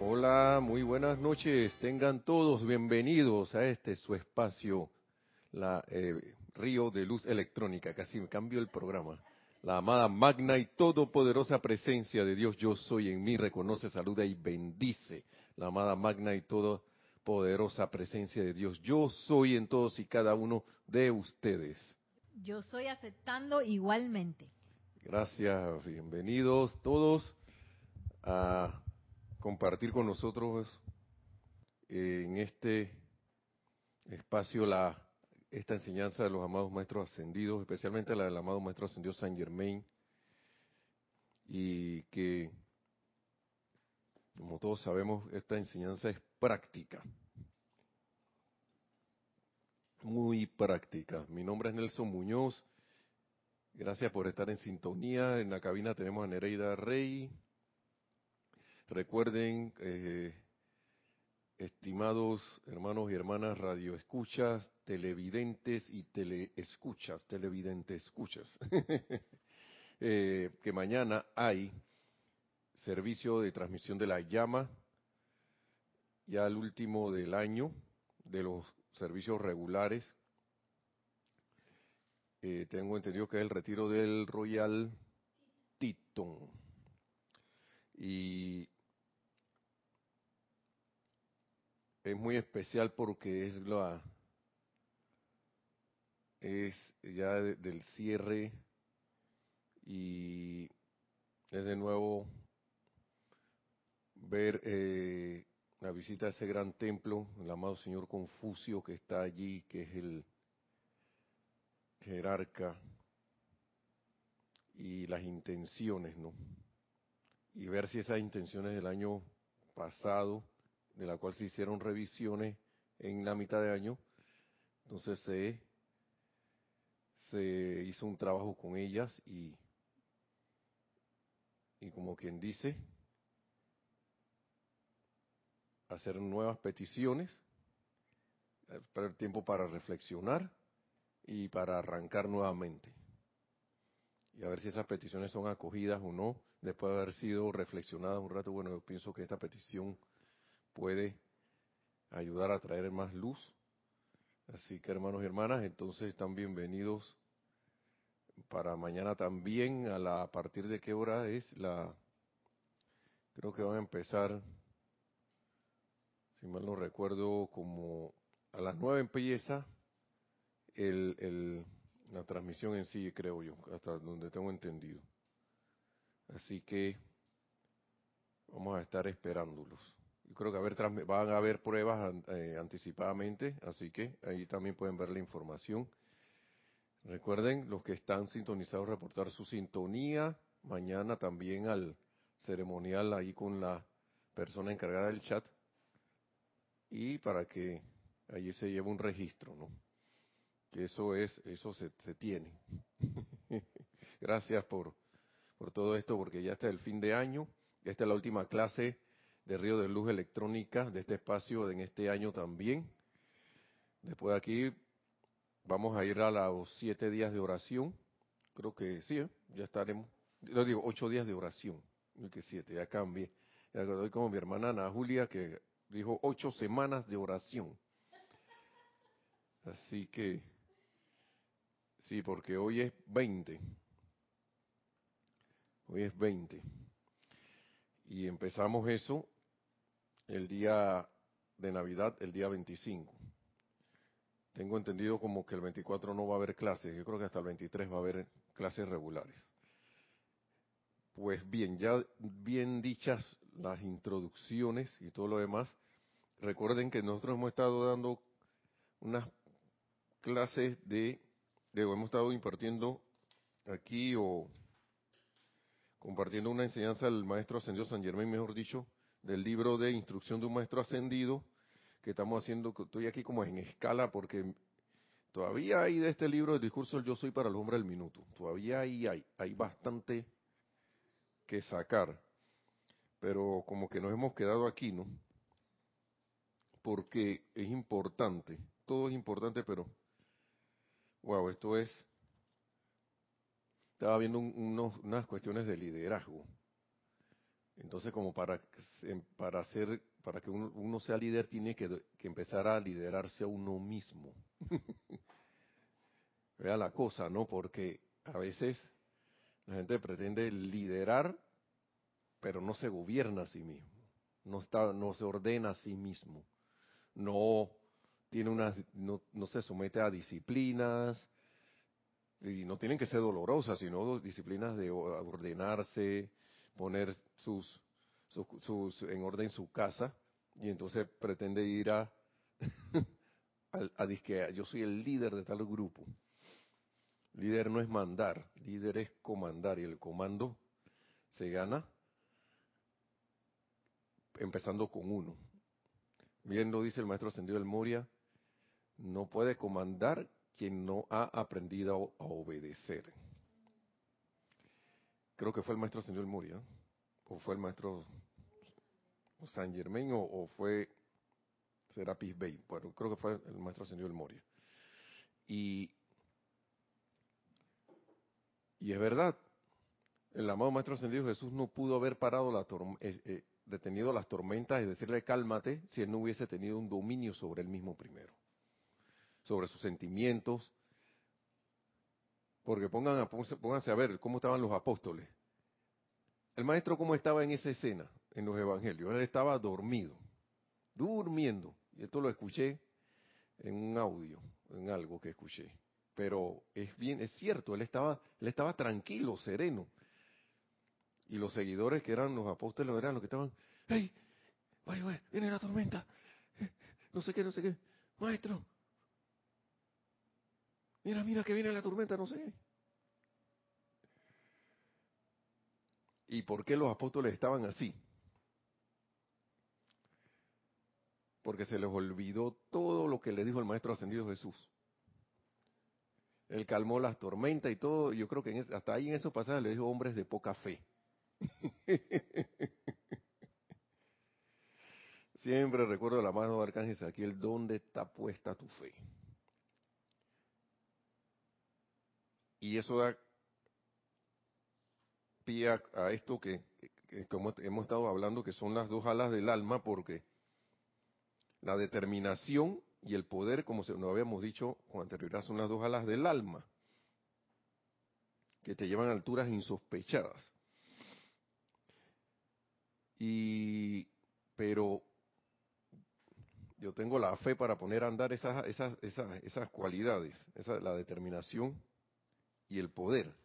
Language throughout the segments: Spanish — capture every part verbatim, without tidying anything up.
Hola, muy buenas noches. Tengan todos bienvenidos a este su espacio, la eh, Río de Luz Electrónica. Casi me cambio el programa. La amada magna y todopoderosa presencia de Dios, yo soy en mí, reconoce, saluda y bendice. La amada magna y todopoderosa presencia de Dios, yo soy en todos y cada uno de ustedes. Yo soy aceptando igualmente. Gracias, bienvenidos todos a compartir con nosotros en este espacio la esta enseñanza de los amados maestros ascendidos, especialmente la del amado maestro ascendido Saint Germain, y que, como todos sabemos, esta enseñanza es práctica, muy práctica. Mi nombre es Nelson Muñoz, gracias por estar en sintonía. En la cabina tenemos a Nereida Rey. Recuerden, eh, estimados hermanos y hermanas radioescuchas, televidentes y teleescuchas, televidentes escuchas, eh, que mañana hay servicio de transmisión de la llama, ya el último del año, de los servicios regulares. Eh, tengo entendido que es el retiro del Royal Teton. Y es muy especial porque es la es ya de, del cierre y es de nuevo ver eh, la visita a ese gran templo, el amado señor Confucio que está allí, que es el jerarca, y las intenciones, ¿no? Y ver si esas intenciones del año pasado, de la cual se hicieron revisiones en la mitad de año, entonces se, se hizo un trabajo con ellas y, y como quien dice, hacer nuevas peticiones, esperar tiempo para reflexionar y para arrancar nuevamente. Y a ver si esas peticiones son acogidas o no, después de haber sido reflexionadas un rato. Bueno, yo pienso que esta petición puede ayudar a traer más luz. Así que, hermanos y hermanas, entonces están bienvenidos para mañana también. A la a partir de qué hora es la, creo que van a empezar, si mal no recuerdo, como a las nueve empieza el, el, la transmisión en sí, creo yo, hasta donde tengo entendido. Así que vamos a estar esperándolos. Yo creo que a ver, van a haber pruebas eh, anticipadamente, así que ahí también pueden ver la información. Recuerden, los que están sintonizados, reportar su sintonía. Mañana también al ceremonial ahí con la persona encargada del chat. Y para que allí se lleve un registro, ¿no? Que eso es, eso se, se tiene. Gracias por, por todo esto, porque ya está el fin de año. Esta es la última clase de Río de Luz Electrónica de este espacio en este año también. Después de aquí vamos a ir a los siete días de oración. Creo que sí, ¿eh? Ya estaremos. Yo digo, ocho días de oración. No que siete, ya cambié. Ya doy como mi hermana Ana Julia que dijo ocho semanas de oración. Así que, sí, porque hoy es veinte. Hoy es veinte. Y empezamos eso el día de Navidad, el día veinticinco. Tengo entendido como que el veinticuatro no va a haber clases. Yo creo que hasta el veintitrés va a haber clases regulares. Pues bien, ya bien dichas las introducciones y todo lo demás, recuerden que nosotros hemos estado dando unas clases de, de hemos estado impartiendo aquí o compartiendo una enseñanza del maestro ascendido San Germain, mejor dicho, del libro de instrucción de un maestro ascendido, que estamos haciendo, estoy aquí como en escala porque todavía hay de este libro, el discurso del yo soy para el hombre del minuto, todavía ahí hay, hay bastante que sacar, pero como que nos hemos quedado aquí, ¿no? Porque es importante, todo es importante, pero, wow, esto es, estaba viendo un- unos, unas cuestiones de liderazgo Entonces, como para, para hacer, para que uno, uno sea líder, tiene que, que empezar a liderarse a uno mismo. Vea la cosa, ¿no? Porque a veces la gente pretende liderar, pero no se gobierna a sí mismo, no está, no se ordena a sí mismo, no tiene una, no, no se somete a disciplinas, y no tienen que ser dolorosas, sino disciplinas de ordenarse, poner sus, sus, sus en orden su casa, y entonces pretende ir a, a, a disque, yo soy el líder de tal grupo. Líder no es mandar, líder es comandar, y el comando se gana empezando con uno. Bien lo dice el maestro ascendido del Moria, no puede comandar quien no ha aprendido a obedecer. Creo que fue el maestro ascendido del Moria, o fue el maestro San Germain, o, o fue Serapis Bey. Bueno, creo que fue el maestro ascendido del Moria. Y, y es verdad, el amado maestro ascendido Jesús no pudo haber parado la tormenta, eh, eh, detenido las tormentas y decirle cálmate si él no hubiese tenido un dominio sobre él mismo primero, sobre sus sentimientos, porque pongan a, pónganse a ver cómo estaban los apóstoles. El maestro cómo estaba en esa escena, en los evangelios, él estaba dormido, durmiendo, y esto lo escuché en un audio, en algo que escuché, pero es bien, es cierto, él estaba, él estaba tranquilo, sereno, y los seguidores que eran los apóstoles eran los que estaban, ¡hey! ¡Vaya, vaya! ¡Viene la tormenta! No sé qué, no sé qué. Maestro, mira, mira que viene la tormenta, no sé qué. ¿Y por qué los apóstoles estaban así? Porque se les olvidó todo lo que le dijo el Maestro Ascendido Jesús. Él calmó las tormentas y todo. Y yo creo que en es, hasta ahí en esos pasajes le dijo hombres de poca fe. Siempre recuerdo la mano de Arcángel Saquiel, ¿dónde está puesta tu fe? Y eso da pie a, a esto que, que como hemos estado hablando, que son las dos alas del alma, porque la determinación y el poder, como se, nos habíamos dicho con anterioridad, son las dos alas del alma, que te llevan a alturas insospechadas. Y, pero yo tengo la fe para poner a andar esas, esas, esas, esas cualidades, esa, la determinación y el poder.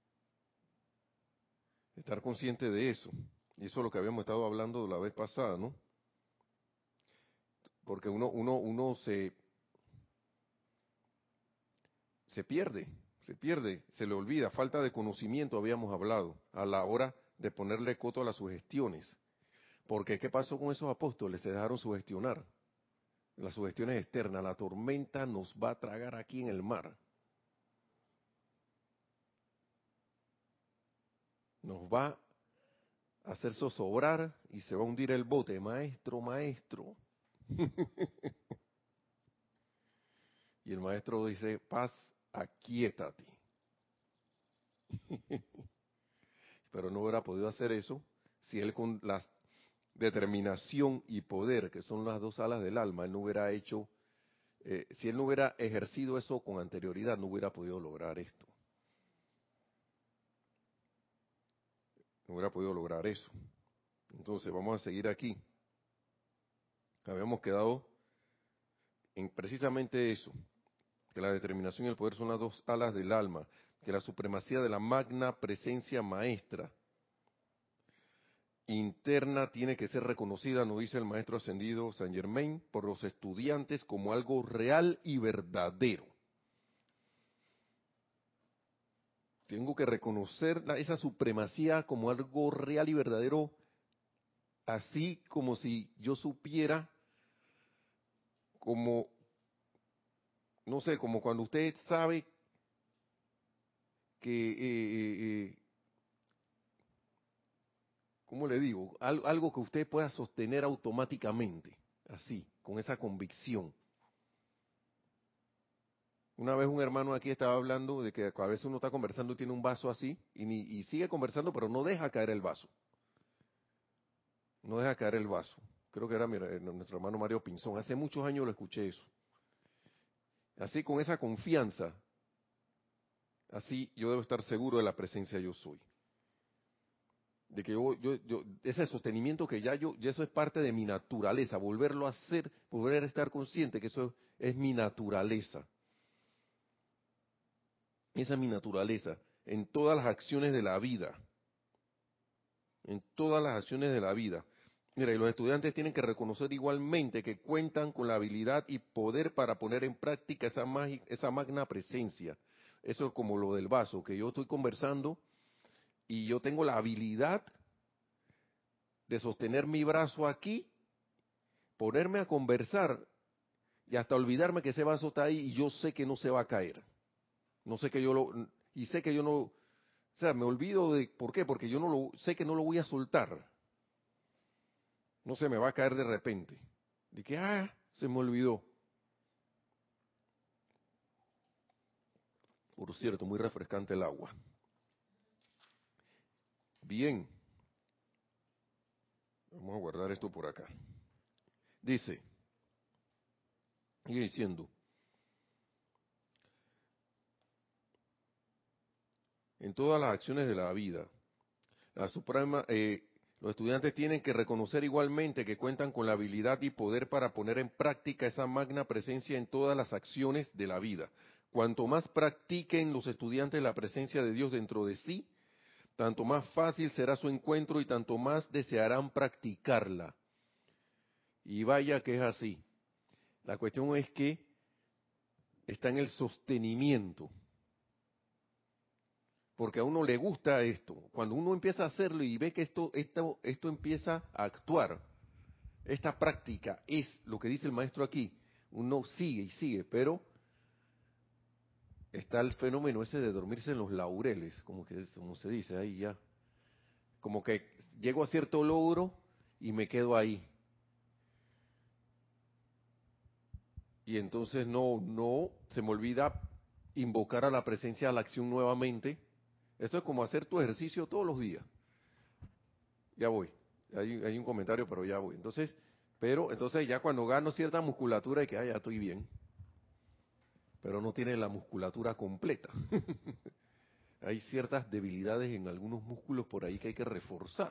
Estar consciente de eso. Y eso es lo que habíamos estado hablando la vez pasada, ¿no? Porque uno, uno, uno se, se pierde, se pierde, se le olvida, falta de conocimiento habíamos hablado a la hora de ponerle coto a las sugestiones. Porque ¿qué pasó con esos apóstoles? Se dejaron sugestionar. Las sugestiones externas, la tormenta nos va a tragar aquí en el mar. Nos va a hacer zozobrar y se va a hundir el bote. Maestro, maestro. Y el maestro dice, paz, aquíétate. Pero no hubiera podido hacer eso si él con la determinación y poder, que son las dos alas del alma, él no hubiera hecho, eh, si él no hubiera ejercido eso con anterioridad, no hubiera podido lograr esto. No hubiera podido lograr eso. Entonces, vamos a seguir aquí. Habíamos quedado en precisamente eso, que la determinación y el poder son las dos alas del alma, que la supremacía de la magna presencia maestra interna tiene que ser reconocida, nos dice el maestro ascendido Saint Germain, por los estudiantes como algo real y verdadero. Tengo que reconocer la, esa supremacía como algo real y verdadero, así como si yo supiera, como, no sé, como cuando usted sabe que, eh, eh, eh, ¿cómo le digo? Al, algo que usted pueda sostener automáticamente, así, con esa convicción. Una vez un hermano aquí estaba hablando de que a veces uno está conversando y tiene un vaso así, y, ni, y sigue conversando, pero no deja caer el vaso. no deja caer el vaso. Creo que era mi, nuestro hermano Mario Pinzón. Hace muchos años lo escuché eso. Así, con esa confianza, así yo debo estar seguro de la presencia yo soy. De que yo, yo, yo, ese sostenimiento que ya yo, ya eso es parte de mi naturaleza, volverlo a hacer, volver a estar consciente que eso es mi naturaleza. Esa es mi naturaleza, en todas las acciones de la vida. En todas las acciones de la vida. Mira, y los estudiantes tienen que reconocer igualmente que cuentan con la habilidad y poder para poner en práctica esa, magi, esa magna presencia. Eso es como lo del vaso, que yo estoy conversando y yo tengo la habilidad de sostener mi brazo aquí, ponerme a conversar y hasta olvidarme que ese vaso está ahí y yo sé que no se va a caer. No sé que yo lo... Y sé que yo no... O sea, me olvido de... ¿Por qué? Porque yo no lo... Sé que no lo voy a soltar. No se me va a caer de repente. De que, ah, se me olvidó. Por cierto, muy refrescante el agua. Bien. Vamos a guardar esto por acá. Dice, sigue diciendo, en todas las acciones de la vida, la suprema, eh, los estudiantes tienen que reconocer igualmente que cuentan con la habilidad y poder para poner en práctica esa magna presencia en todas las acciones de la vida. Cuanto más practiquen los estudiantes la presencia de Dios dentro de sí, tanto más fácil será su encuentro y tanto más desearán practicarla. Y vaya que es así. La cuestión es que está en el sostenimiento. Porque a uno le gusta esto. Cuando uno empieza a hacerlo y ve que esto, esto, esto empieza a actuar, esta práctica es lo que dice el maestro aquí. Uno sigue y sigue, pero está el fenómeno ese de dormirse en los laureles, como que como se dice ahí ya. Como que llego a cierto logro y me quedo ahí. Y entonces no, no, se me olvida invocar a la presencia, a la acción nuevamente. Esto es como hacer tu ejercicio todos los días. Ya voy. Hay, hay un comentario, pero ya voy. Entonces, pero entonces ya cuando gano cierta musculatura y que ah, ya estoy bien, pero no tiene la musculatura completa. Hay ciertas debilidades en algunos músculos por ahí que hay que reforzar.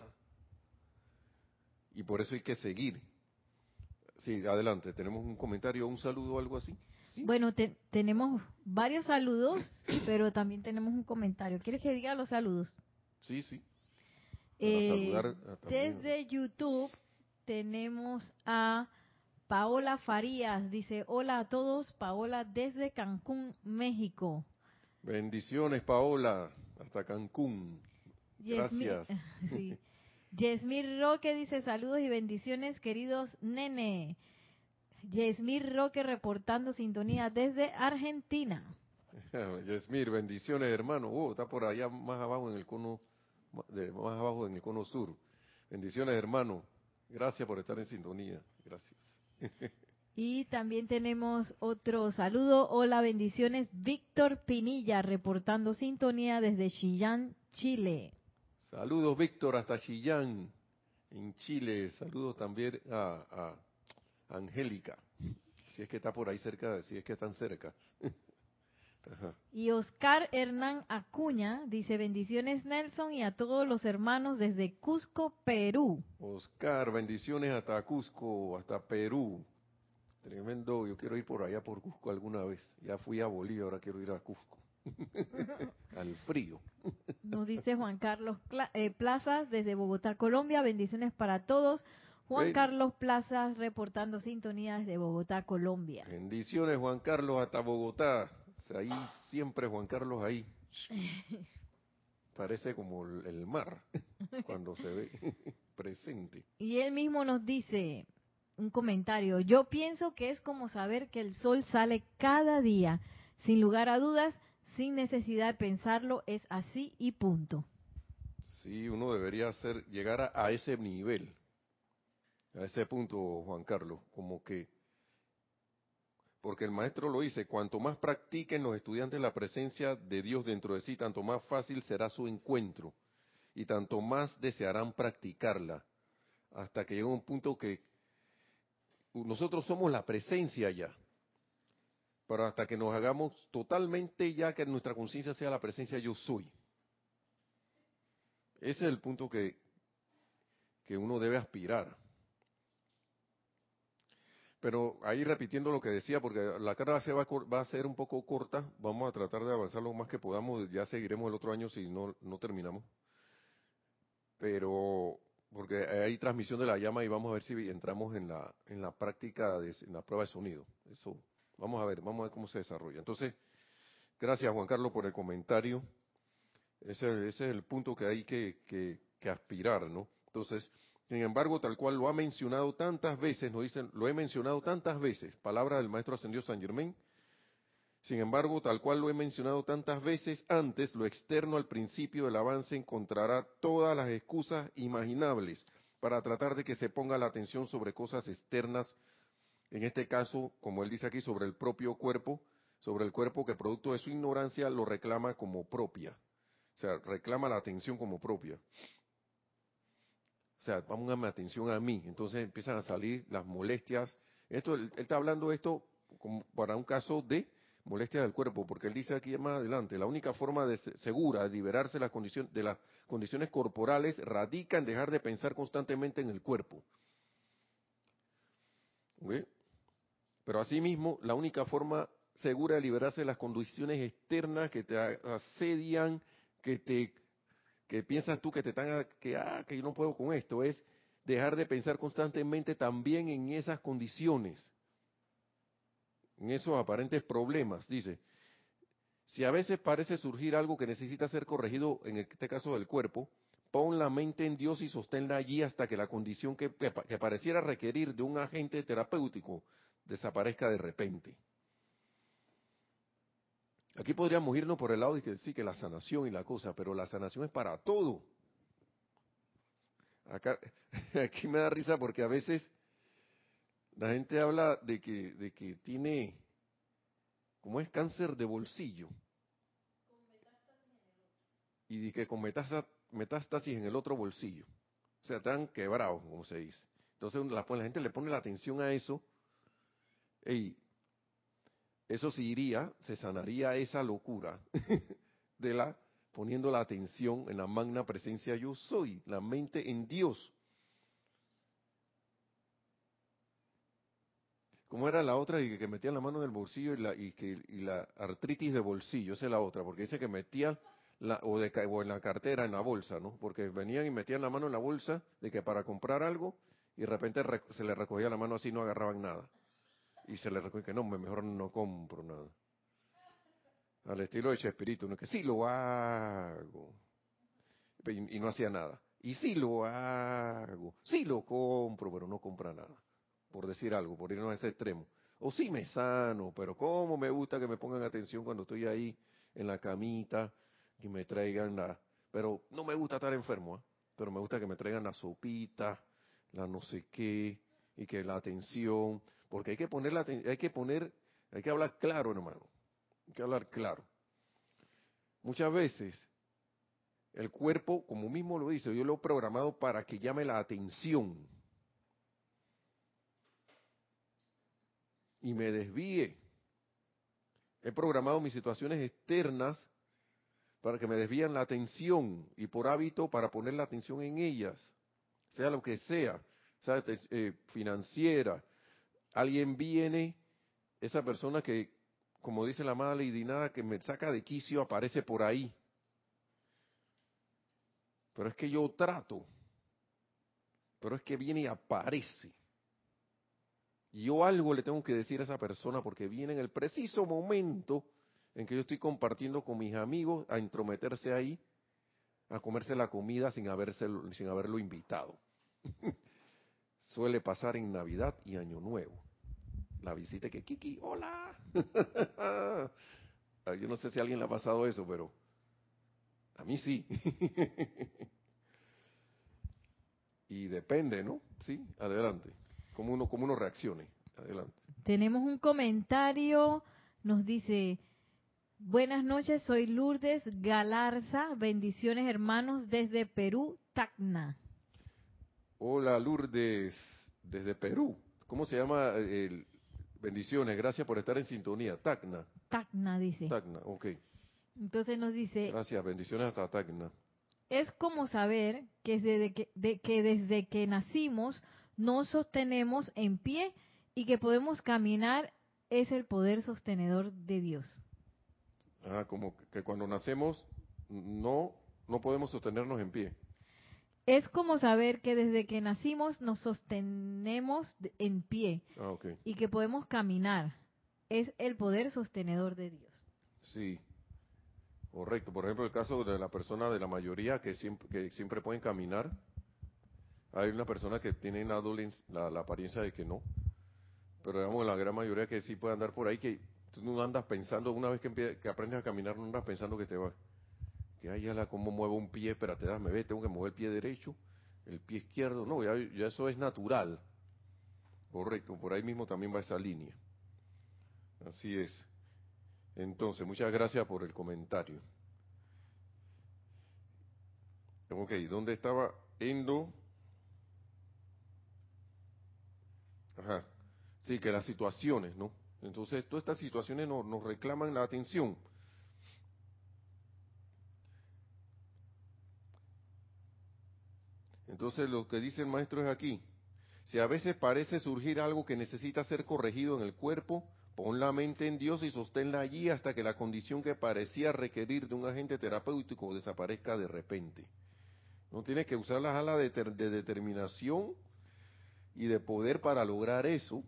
Y por eso hay que seguir. Sí, adelante. ¿Tenemos un comentario, un saludo o algo así? ¿Sí? Bueno, te- tenemos varios saludos, pero también tenemos un comentario. ¿Quieres que diga los saludos? Sí, sí. Para Eh, saludar a, también. desde YouTube tenemos a Paola Farías. Dice, hola a todos, Paola desde Cancún, México. Bendiciones, Paola. Hasta Cancún. Yesmir, Gracias. sí. Yesmir Roque dice, saludos y bendiciones, queridos nene. Yesmir Roque reportando sintonía desde Argentina. Yesmir, bendiciones, hermano. Oh, está por allá más abajo en el cono, de, más abajo en el cono sur. Bendiciones, hermano. Gracias por estar en sintonía. Gracias. Y también tenemos otro saludo. Hola, bendiciones. Víctor Pinilla reportando sintonía desde Chillán, Chile. Saludos, Víctor, hasta Chillán, en Chile. Saludos también a, a Angélica, si es que está por ahí cerca, si es que están cerca. Ajá. Y Oscar Hernán Acuña dice, bendiciones Nelson y a todos los hermanos desde Cusco, Perú. Oscar, bendiciones hasta Cusco, hasta Perú. Tremendo, yo quiero ir por allá por Cusco alguna vez. Ya fui a Bolivia, ahora quiero ir a Cusco. Al frío. Nos dice Juan Carlos Cla- eh, Plazas desde Bogotá, Colombia. Bendiciones para todos. Juan Ben- Carlos Plazas reportando sintonía desde Bogotá, Colombia. bendiciones, Juan Carlos, hasta Bogotá. Ahí siempre Juan Carlos ahí. Parece como el el mar cuando se ve presente. Y él mismo nos dice un comentario, yo pienso que es como saber que el sol sale cada día, sin lugar a dudas, sin necesidad de pensarlo, es así y punto. Sí, uno debería hacer, llegar a, a ese nivel, a ese punto, Juan Carlos, como que, porque el maestro lo dice, cuanto más practiquen los estudiantes la presencia de Dios dentro de sí, tanto más fácil será su encuentro y tanto más desearán practicarla. hasta que llega un punto que nosotros somos la presencia ya. Pero hasta que nos hagamos totalmente ya que nuestra conciencia sea la presencia yo soy. Ese es el punto que, que uno debe aspirar. Pero ahí repitiendo lo que decía, porque la carga se va, va a ser un poco corta, vamos a tratar de avanzar lo más que podamos, ya seguiremos el otro año si no, no terminamos. Pero, porque hay transmisión de la llama y vamos a ver si entramos en la, en la práctica, de, en la prueba de sonido. Eso, vamos a ver, vamos a ver cómo se desarrolla. Entonces, gracias Juan Carlos por el comentario. Ese, ese es el punto que hay que, que, que aspirar, ¿no? Entonces, sin embargo, tal cual lo ha mencionado tantas veces, nos dicen, lo he mencionado tantas veces, palabra del Maestro Ascendido San Germain, sin embargo, tal cual lo he mencionado tantas veces antes, lo externo al principio del avance encontrará todas las excusas imaginables para tratar de que se ponga la atención sobre cosas externas, en este caso, como él dice aquí, sobre el propio cuerpo, sobre el cuerpo que producto de su ignorancia lo reclama como propia. O sea, reclama la atención como propia. O sea, pónganme atención a mí. Entonces empiezan a salir las molestias. Esto, él, él está hablando de esto como para un caso de molestia del cuerpo, porque él dice aquí más adelante, la única forma de segura de liberarse de las condiciones, de las condiciones corporales radica en dejar de pensar constantemente en el cuerpo. ¿Okay? Pero asimismo, la única forma segura de liberarse de las condiciones externas que te asedian, que te que piensas tú que te están que ah que yo no puedo con esto, es dejar de pensar constantemente también en esas condiciones, en esos aparentes problemas. Dice, si a veces parece surgir algo que necesita ser corregido, en este caso del cuerpo, pon la mente en Dios y sosténla allí hasta que la condición que, que pareciera requerir de un agente terapéutico desaparezca de repente. Aquí podríamos irnos por el lado de que sí, que la sanación y la cosa, pero la sanación es para todo. Acá, aquí me da risa porque a veces la gente habla de que, de que tiene, como es cáncer de bolsillo, y de que con metástasis, metástasis en el otro bolsillo. O sea, están quebrados, como se dice. Entonces la, pues, la gente le pone la atención a eso, y eso sí iría, se sanaría esa locura de la poniendo la atención en la magna presencia yo soy, la mente en Dios. ¿Cómo era la otra? Y que metían la mano en el bolsillo y la, y que, y la artritis de bolsillo, esa es la otra, porque dice que metían, la, o, de, o en la cartera, en la bolsa, ¿no? Porque venían y metían la mano en la bolsa de que para comprar algo y de repente re, se le recogía la mano así y no agarraban nada. Y se le recogía que no, mejor no compro nada. Al estilo de Chespirito, ¿no? Que sí lo hago. Y, y no hacía nada. Y sí lo hago. Sí lo compro, pero no compra nada. Por decir algo, por irnos a ese extremo. O sí me sano, pero cómo me gusta que me pongan atención cuando estoy ahí en la camita y me traigan la... Pero no me gusta estar enfermo, ¿eh? Pero me gusta que me traigan la sopita, la no sé qué, y que la atención, porque hay que poner la, hay que poner, hay que hablar claro, hermano. Hay que hablar claro. Muchas veces el cuerpo, como mismo lo dice, yo lo he programado para que llame la atención y me desvíe. He programado mis situaciones externas para que me desvíen la atención y por hábito para poner la atención en ellas, sea lo que sea, sea eh, financiera. Alguien viene, esa persona que, como dice la amada Lady Nada, que me saca de quicio, aparece por ahí. Pero es que yo trato, pero es que viene y aparece. Y yo algo le tengo que decir a esa persona porque viene en el preciso momento en que yo estoy compartiendo con mis amigos a entrometerse ahí, a comerse la comida sin, haberse, sin haberlo invitado. Suele pasar en Navidad y Año Nuevo. La visita que Kiki, hola. Yo no sé si a alguien le ha pasado eso, pero a mí sí. Y depende, ¿no? Sí, adelante. Cómo uno, cómo uno reaccione. Adelante. Tenemos un comentario, nos dice, buenas noches, soy Lourdes Galarza, bendiciones hermanos desde Perú, Tacna. Hola Lourdes, desde Perú. ¿Cómo se llama? El, bendiciones, gracias por estar en sintonía. Tacna. Tacna dice. Tacna, ok. Entonces nos dice, Gracias, bendiciones hasta Tacna. es como saber que desde que, de, que desde que nacimos nos sostenemos en pie y que podemos caminar es el poder sostenedor de Dios. Ah, como que cuando nacemos no, no podemos sostenernos en pie. Es como saber que desde que nacimos nos sostenemos en pie Ah, ok. y que podemos caminar. Es el poder sostenedor de Dios. Sí, correcto. Por ejemplo, el caso de la persona de la mayoría que siempre, que siempre pueden caminar. Hay una persona que tiene la, dolencia, la, la apariencia de que no. Pero digamos, la gran mayoría que sí puede andar por ahí, que tú no andas pensando, una vez que, empie- que aprendes a caminar, no andas pensando que te va. Que ay, ya la cómo muevo un pie, espérate, déjame ver, tengo que mover el pie derecho, el pie izquierdo. No, ya, ya eso es natural. Correcto, por ahí mismo también va esa línea. Así es. Entonces, muchas gracias por el comentario. Ok, ¿dónde estaba? Endo. Ajá. Sí, que las situaciones, ¿no? Entonces, todas estas situaciones nos, nos reclaman la atención. Entonces, lo que dice el maestro es aquí. Si a veces parece surgir algo que necesita ser corregido en el cuerpo, pon la mente en Dios y sosténla allí hasta que la condición que parecía requerir de un agente terapéutico desaparezca de repente. No tienes que usar las alas de, ter- de determinación y de poder para lograr eso.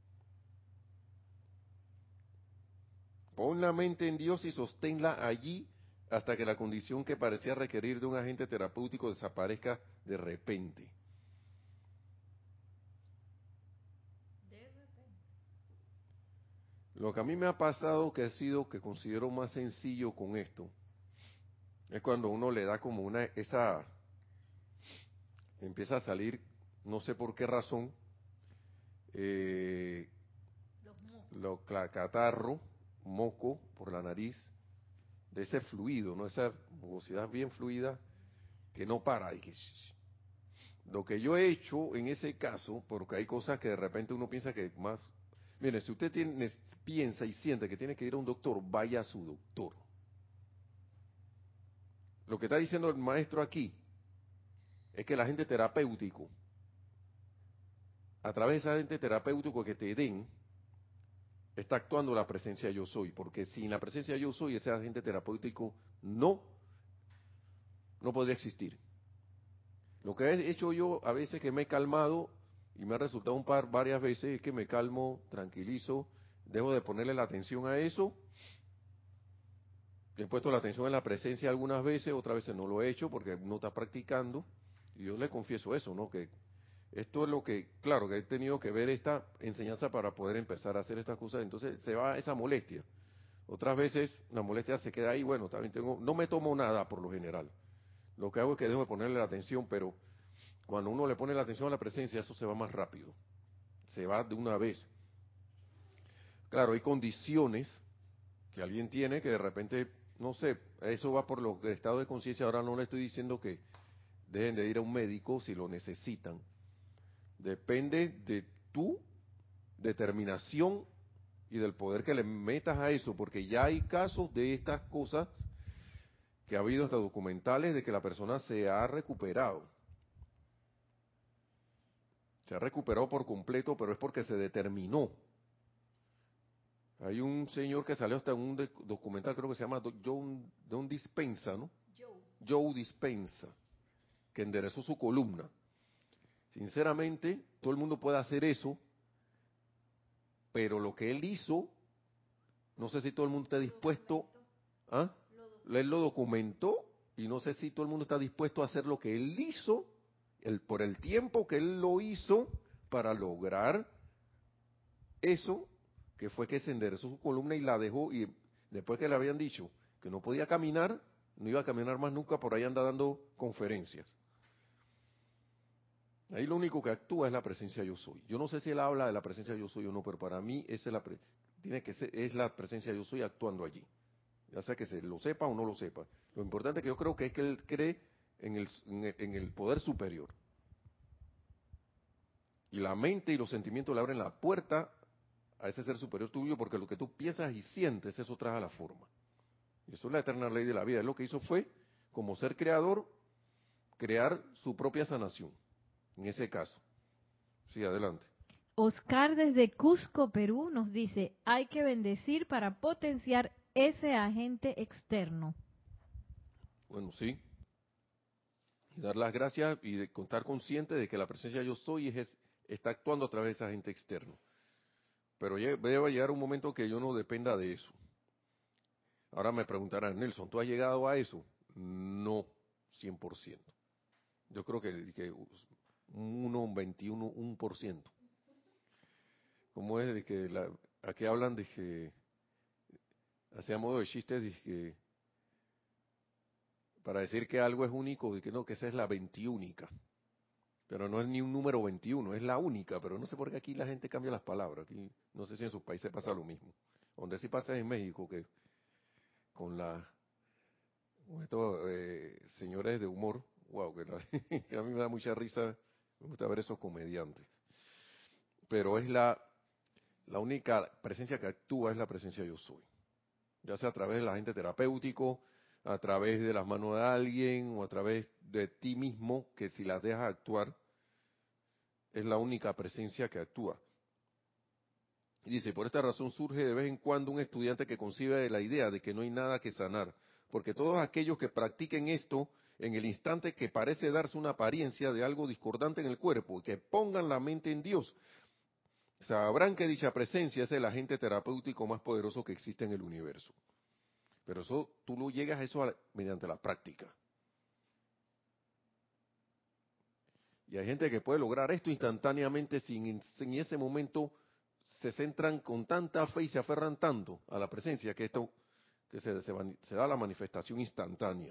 Pon la mente en Dios y sosténla allí hasta que la condición que parecía requerir de un agente terapéutico desaparezca de repente. Lo que a mí me ha pasado que ha sido que considero más sencillo con esto es cuando uno le da como una esa empieza a salir, no sé por qué razón, eh, lo cla- catarro, moco por la nariz, de ese fluido, no esa mucosidad bien fluida que no para. Y que, lo que yo he hecho en ese caso, porque hay cosas que de repente uno piensa que más... Mire, si usted tiene, piensa y siente que tiene que ir a un doctor, vaya a su doctor. Lo que está diciendo el maestro aquí es que el agente terapéutico, a través de ese agente terapéutico que te den, está actuando la presencia yo soy, porque sin la presencia yo soy, ese agente terapéutico no, no podría existir. Lo que he hecho yo a veces que me he calmado, y me ha resultado un par, varias veces, es que me calmo, tranquilizo, dejo de ponerle la atención a eso. He puesto la atención en la presencia algunas veces, otras veces no lo he hecho porque uno está practicando, y yo le confieso eso, ¿no? Que esto es lo que, claro, que he tenido que ver esta enseñanza para poder empezar a hacer estas cosas, entonces se va esa molestia. Otras veces la molestia se queda ahí, bueno, también tengo, no me tomo nada por lo general. Lo que hago es que dejo de ponerle la atención, pero cuando uno le pone la atención a la presencia, eso se va más rápido. Se va de una vez. Claro, hay condiciones que alguien tiene que de repente, no sé, eso va por los estados de conciencia. Ahora no le estoy diciendo que dejen de ir a un médico si lo necesitan. Depende de tu determinación y del poder que le metas a eso, porque ya hay casos de estas cosas que ha habido hasta documentales de que la persona se ha recuperado. Se ha recuperado por completo, pero es porque se determinó. Hay un señor que salió hasta en un de- documental, creo que se llama Joe, John Dispensa, ¿no? Joe. Joe Dispensa, que enderezó su columna. Sinceramente, todo el mundo puede hacer eso, pero lo que él hizo, no sé si todo el mundo está dispuesto, ¿ah? Él lo documentó y no sé si todo el mundo está dispuesto a hacer lo que él hizo, el, por el tiempo que él lo hizo para lograr eso, que fue que se enderezó su columna y la dejó, y después que le habían dicho que no podía caminar, no iba a caminar más nunca, por ahí anda dando conferencias. Ahí lo único que actúa es la presencia yo soy. Yo no sé si él habla de la presencia yo soy o no, pero para mí esa es la, pre- tiene que ser, es la presencia yo soy actuando allí. Ya sea que se lo sepa o no lo sepa. Lo importante que yo creo que es que él cree en el, en el, en el poder superior. Y la mente y los sentimientos le abren la puerta a ese ser superior tuyo, porque lo que tú piensas y sientes, eso trae a la forma. Y eso es la eterna ley de la vida. Él lo que hizo fue, como ser creador, crear su propia sanación, en ese caso. Sí, adelante. Oscar desde Cusco, Perú, nos dice, hay que bendecir para potenciar ese agente externo. Bueno, sí. Y dar las gracias y de contar consciente de que la presencia yo soy es, está actuando a través de ese agente externo. Pero debe llegar un momento que yo no dependa de eso. Ahora me preguntarán, Nelson, ¿tú has llegado a eso? No, cien por ciento. Yo creo que, que uno, veintiuno, un por ciento. Como es de que la, aquí hablan de que, hacía modo de chistes, de que para decir que algo es único, de que no, que esa es la veintiúnica. Pero no es ni un número veintiuno, es la única, pero no sé por qué aquí la gente cambia las palabras. Aquí no sé si en sus países pasa lo mismo. Donde sí pasa es en México, que con la con estos eh, señores de humor, wow, que, la, que a mí me da mucha risa, me gusta ver esos comediantes. Pero es la, la única presencia que actúa, es la presencia yo soy. Ya sea a través del agente terapéutico, a través de las manos de alguien o a través de ti mismo, que si las dejas actuar, es la única presencia que actúa. Y dice, por esta razón surge de vez en cuando un estudiante que concibe la idea de que no hay nada que sanar, porque todos aquellos que practiquen esto, en el instante que parece darse una apariencia de algo discordante en el cuerpo, y que pongan la mente en Dios, sabrán que dicha presencia es el agente terapéutico más poderoso que existe en el universo. Pero eso, tú lo llegas a eso a, mediante la práctica. Y hay gente que puede lograr esto instantáneamente sin en ese momento se centran con tanta fe y se aferran tanto a la presencia que esto que se, se, se da la manifestación instantánea.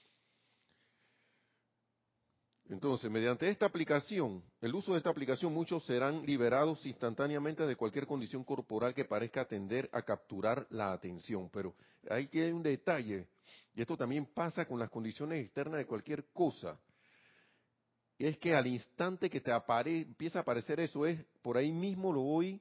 Entonces, mediante esta aplicación, el uso de esta aplicación, muchos serán liberados instantáneamente de cualquier condición corporal que parezca tender a capturar la atención. Pero hay que hay un detalle, y esto también pasa con las condiciones externas de cualquier cosa. Y es que al instante que te apare, empieza a aparecer eso, es por ahí mismo lo voy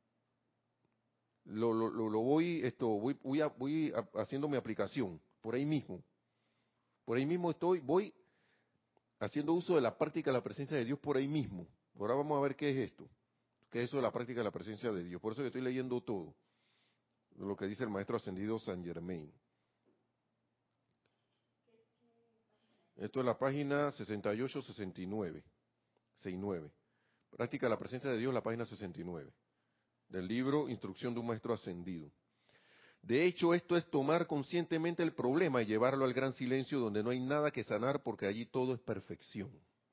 Lo, lo, lo, lo voy, esto, voy, voy, a, voy a, haciendo mi aplicación, por ahí mismo. Por ahí mismo estoy, voy haciendo uso de la práctica de la presencia de Dios por ahí mismo. Ahora vamos a ver qué es esto. ¿Qué es eso de la práctica de la presencia de Dios? Por eso que estoy leyendo todo. Lo que dice el maestro ascendido San Germain. Esto es la página sesenta y ocho sesenta y nueve. sesenta y nueve. Práctica de la presencia de Dios, la página sesenta y nueve. Del libro Instrucción de un Maestro Ascendido. De hecho, esto es tomar conscientemente el problema y llevarlo al gran silencio donde no hay nada que sanar porque allí todo es perfección.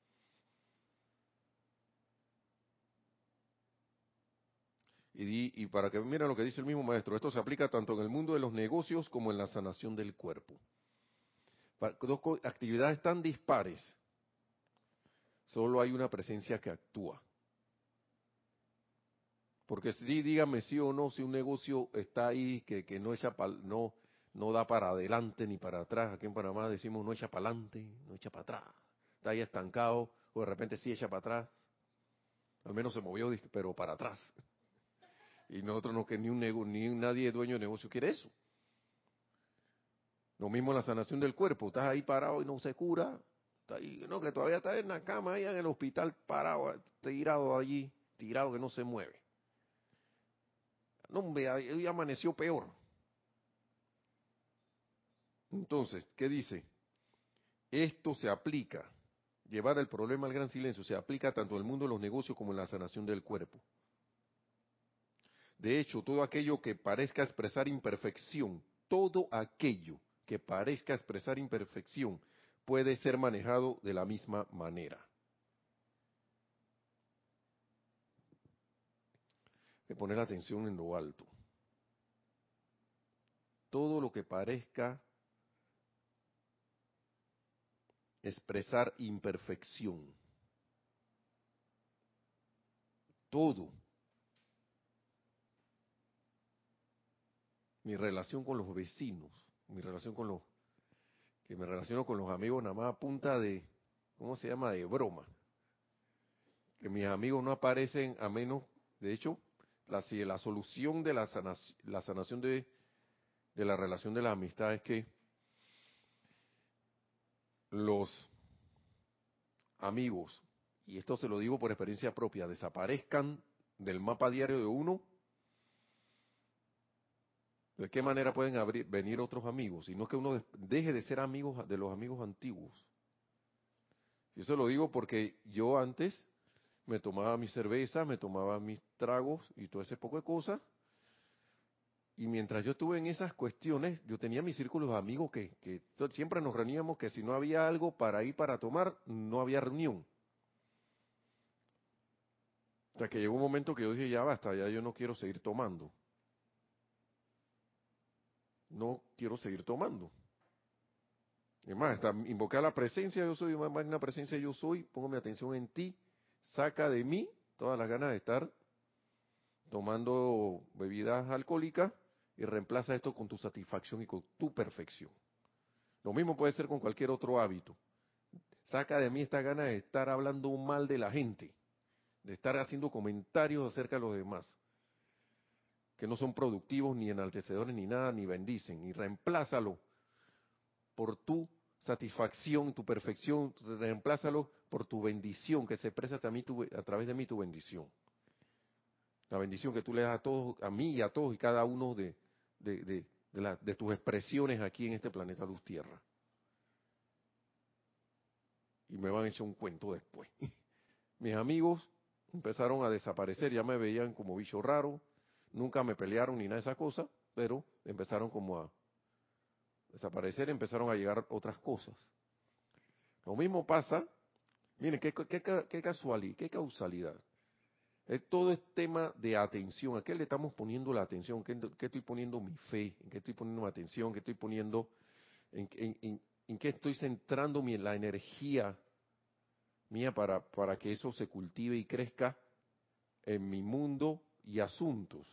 Y, di, y para que miren lo que dice el mismo maestro, esto se aplica tanto en el mundo de los negocios como en la sanación del cuerpo. Para, dos actividades tan dispares, solo hay una presencia que actúa. Porque si dígame sí o no, si un negocio está ahí que, que no echa pal, no no da para adelante ni para atrás, aquí en Panamá decimos no echa para adelante, no echa para atrás, está ahí estancado, o de repente sí echa para atrás, al menos se movió, pero para atrás. Y nosotros no, que ni un nego, ni nadie dueño de negocio quiere eso. Lo mismo en la sanación del cuerpo, estás ahí parado y no se cura, está ahí, no, que todavía está en la cama, ahí en el hospital parado, tirado allí, tirado que no se mueve. No, hombre, hoy amaneció peor. Entonces, ¿qué dice? Esto se aplica, llevar el problema al gran silencio, se aplica tanto en el mundo de los negocios como en la sanación del cuerpo. De hecho, todo aquello que parezca expresar imperfección, todo aquello que parezca expresar imperfección puede ser manejado de la misma manera. Hay que poner atención en lo alto. Todo lo que parezca expresar imperfección, todo. Mi relación con los vecinos, mi relación con los, que me relaciono con los amigos nada más a punta de, ¿cómo se llama? De broma. que mis amigos no aparecen a menos, de hecho, la, si la solución de la, sanación, la sanación de, de la relación de la amistad es que los amigos, y esto se lo digo por experiencia propia, desaparezcan del mapa diario de uno. ¿De qué manera pueden abrir, venir otros amigos? Y no es que uno deje de ser amigos de los amigos antiguos. Y eso lo digo porque yo antes me tomaba mi cerveza, me tomaba mis tragos y todo ese poco de cosas. Y mientras yo estuve en esas cuestiones, yo tenía mis círculos de amigos que, que siempre nos reuníamos, que si no había algo para ir para tomar, no había reunión. O sea que llegó un momento que yo dije, ya basta, ya yo no quiero seguir tomando. No quiero seguir tomando. Es más, hasta invocar la presencia, yo soy, magna presencia, yo soy, pongo mi atención en ti, saca de mí todas las ganas de estar tomando bebidas alcohólicas y reemplaza esto con tu satisfacción y con tu perfección. Lo mismo puede ser con cualquier otro hábito. Saca de mí esta gana de estar hablando mal de la gente, de estar haciendo comentarios acerca de los demás, que no son productivos, ni enaltecedores, ni nada, ni bendicen, y reemplázalo por tu satisfacción, tu perfección, reemplázalo por tu bendición, que se expresa a, mí, tu, a través de mí tu bendición. La bendición que tú le das a todos, a mí y a todos y cada uno de, de, de, de, la, de tus expresiones aquí en este planeta Luz Tierra. Y me van a echar un cuento después. Mis amigos empezaron a desaparecer, ya me veían como bicho raro, nunca me pelearon ni nada de esa cosa, pero empezaron como a desaparecer, empezaron a llegar otras cosas. Lo mismo pasa, miren, qué, qué, qué casualidad, qué causalidad. Es, todo es tema de atención. ¿A qué le estamos poniendo la atención? ¿Qué, qué estoy poniendo mi fe? ¿En qué estoy poniendo mi atención? ¿Qué estoy poniendo? ¿En, en, en, en qué estoy centrando mi, la energía mía para, para que eso se cultive y crezca en mi mundo y asuntos?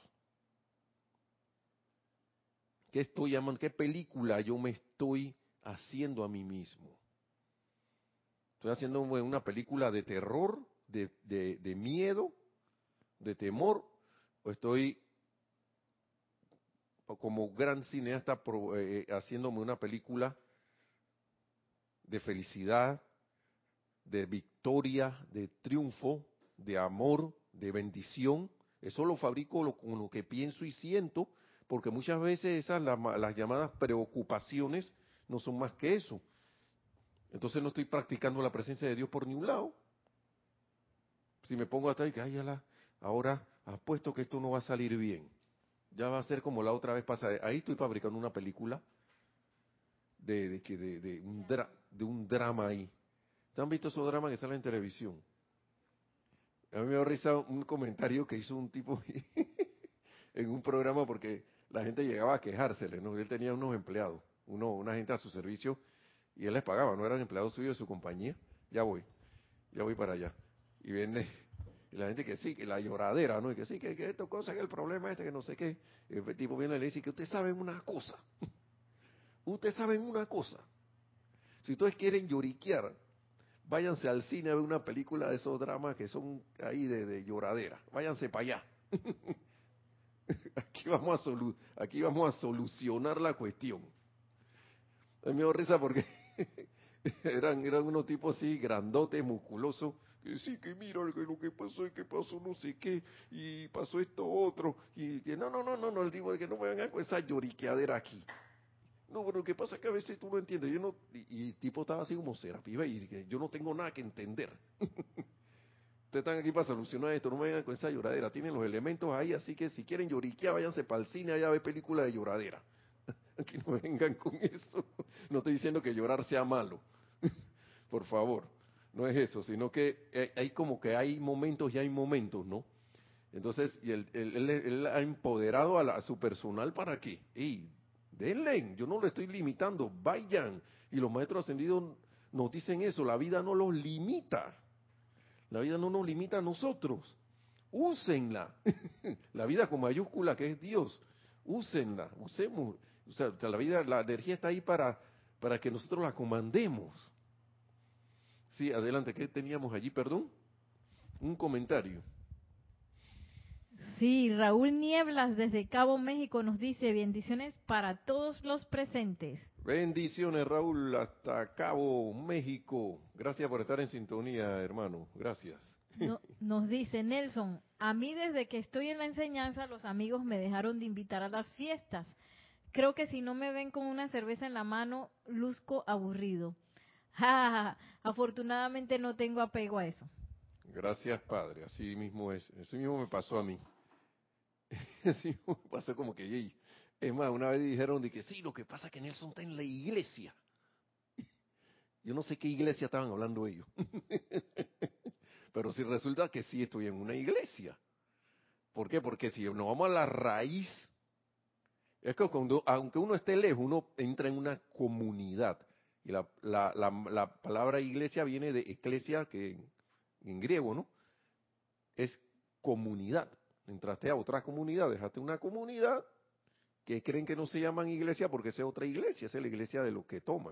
¿Qué estoy llamando? ¿Qué película yo me estoy haciendo a mí mismo? ¿Estoy haciendo una película de terror, de, de, de miedo, de temor? ¿O estoy como gran cineasta eh, haciéndome una película de felicidad, de victoria, de triunfo, de amor, de bendición? Eso lo fabrico lo, con lo que pienso y siento, porque muchas veces esas las, las llamadas preocupaciones no son más que eso. Entonces no estoy practicando la presencia de Dios por ningún lado. Si me pongo atrás y que, ay, ala, ahora apuesto que esto no va a salir bien. Ya va a ser como la otra vez pasada. Ahí estoy fabricando una película de, de, de, de, un, dra, de un drama ahí. ¿Te han visto esos dramas que salen en televisión? A mí me dio risa un comentario que hizo un tipo en un programa porque la gente llegaba a quejársele, ¿no? Él tenía unos empleados, uno, una gente a su servicio, y él les pagaba, no eran empleados suyos de su compañía. Ya voy, ya voy para allá. Y viene, y la gente que sí, que la lloradera, ¿no? Y que sí, que, que esto cosa, que el problema este, que no sé qué. Y el tipo viene y le dice que ustedes saben una cosa. Ustedes saben una cosa. Si ustedes quieren lloriquear, váyanse al cine a ver una película de esos dramas que son ahí de, de lloradera. Váyanse para allá. Aquí vamos a solu aquí vamos a solucionar la cuestión. A mí me dio risa porque eran, eran unos tipos así, grandotes, musculosos, que sí, que mira, que lo que pasó es que pasó no sé qué, y pasó esto otro, y que no, no, no, no, no, el tipo de que no me vengan con esa lloriqueadera aquí. No, pero lo que pasa es que a veces tú no entiendes, yo no, y, y el tipo estaba así como Serapis y que yo no tengo nada que entender. Ustedes están aquí para solucionar esto, no me vengan con esa lloradera, tienen los elementos ahí, así que si quieren lloriquear, váyanse para el cine allá a ver películas de lloradera. Aquí no me vengan con eso. No estoy diciendo que llorar sea malo, por favor, no es eso, sino que hay como que hay momentos y hay momentos, ¿no? Entonces, y él, él, él, él ha empoderado a, la, a su personal para que, ¡ey! Denle, yo no lo estoy limitando, vayan. Y los maestros ascendidos nos dicen eso, la vida no los limita. La vida no nos limita a nosotros. Úsenla. La vida con mayúscula que es Dios. Úsenla, usemos. O sea, la vida, la energía está ahí para, para que nosotros la comandemos. Sí, adelante, ¿qué teníamos allí, perdón? Un comentario. Sí, Raúl Nieblas desde Cabo México nos dice bendiciones para todos los presentes. Bendiciones, Raúl, hasta Cabo México. Gracias por estar en sintonía, hermano. Gracias. No, nos dice Nelson, a mí desde que estoy en la enseñanza los amigos me dejaron de invitar a las fiestas. Creo que si no me ven con una cerveza en la mano, luzco aburrido. Ja, ja, ja. Afortunadamente no tengo apego a eso. Gracias, Padre. Así mismo es. Así mismo me pasó a mí. Así mismo me pasó como que... ey. Es más, una vez dijeron de que sí, lo que pasa es que Nelson está en la iglesia. Yo no sé qué iglesia estaban hablando ellos. Pero si resulta que sí estoy en una iglesia. ¿Por qué? Porque si nos vamos a la raíz, es que cuando, aunque uno esté lejos, uno entra en una comunidad. Y la, la, la, la palabra iglesia viene de eclesia, que en, en griego, ¿no? Es comunidad. Entraste a otra comunidad, dejaste una comunidad que creen que no se llaman iglesia porque esa es otra iglesia, esa es la iglesia de los que toman.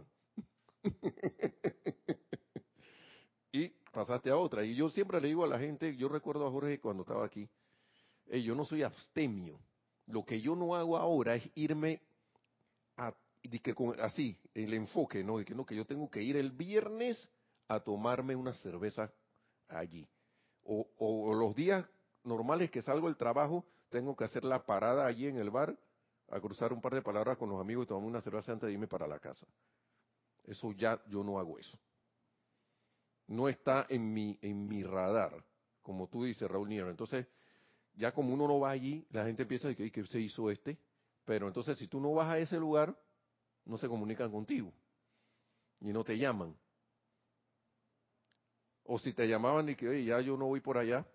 Y pasaste a otra. Y yo siempre le digo a la gente, yo recuerdo a Jorge cuando estaba aquí, hey, yo no soy abstemio. Lo que yo no hago ahora es irme a, de que con, así, el enfoque, ¿no? De que no, que yo tengo que ir el viernes a tomarme una cerveza allí. O, o, o los días normales que salgo del trabajo, tengo que hacer la parada allí en el bar, a cruzar un par de palabras con los amigos y tomarme una cerveza antes de irme para la casa. Eso ya, yo no hago eso. No está en mi, en mi radar, como tú dices, Raúl Niebla. Entonces, ya como uno no va allí, la gente piensa que, que se hizo este, pero entonces si tú no vas a ese lugar, no se comunican contigo y no te llaman. O si te llamaban y que, oye, ya yo no voy por allá,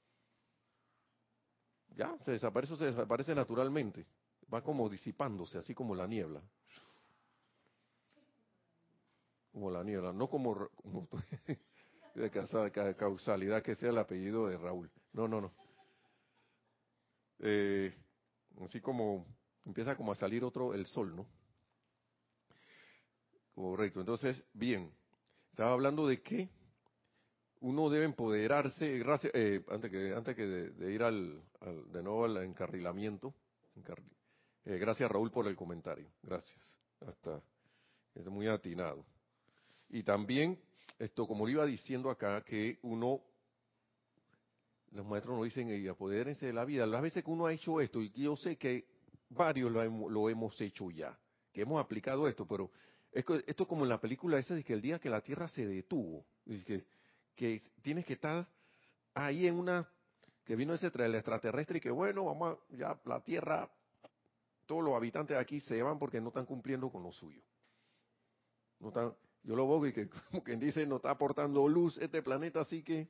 ya, se desaparece, se desaparece naturalmente. Va como disipándose, así como la niebla. Como la niebla, no como, como de causalidad que sea el apellido de Raúl. No, no, no. Eh, así como empieza como a salir otro, el sol, ¿no? Correcto. Entonces, bien, estaba hablando de que uno debe empoderarse, gracias, eh, antes que antes que de, de ir al, al, de nuevo al encarrilamiento, encarri, eh, gracias Raúl por el comentario, gracias, hasta es muy atinado. Y también esto, como le iba diciendo acá, que uno, los maestros nos dicen, y apodérense de la vida. Las veces que uno ha hecho esto, y yo sé que varios lo hemos, lo hemos hecho ya, que hemos aplicado esto, pero esto es como en la película esa de que el día que la Tierra se detuvo, que, que tienes que estar ahí en una, que vino ese el extraterrestre y que bueno, vamos a, ya la Tierra, todos los habitantes de aquí se van porque no están cumpliendo con lo suyo. No están, yo lo veo y que, como quien dice, no está aportando luz este planeta, así que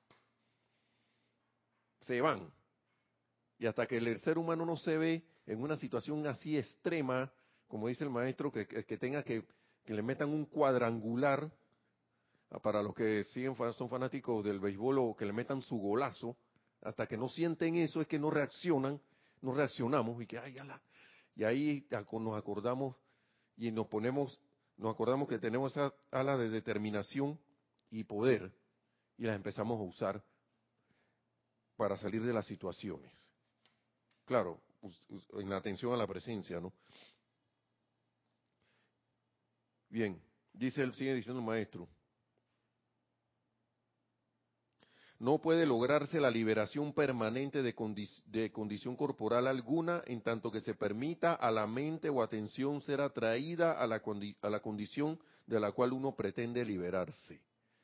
se van. Y hasta que el ser humano no se ve en una situación así extrema, como dice el maestro, que, que, que tenga que, que le metan un cuadrangular, para los que siguen son fanáticos del béisbol, o que le metan su golazo, hasta que no sienten eso es que no reaccionan, no reaccionamos y que ay, ala. Y ahí nos acordamos y nos ponemos, nos acordamos que tenemos esa ala de determinación y poder y las empezamos a usar para salir de las situaciones. Claro, en la atención a la presencia, ¿no? Bien, dice él, sigue diciendo el maestro. No puede lograrse la liberación permanente de, condi- de condición corporal alguna en tanto que se permita a la mente o atención ser atraída a la, condi- a la condición de la cual uno pretende liberarse.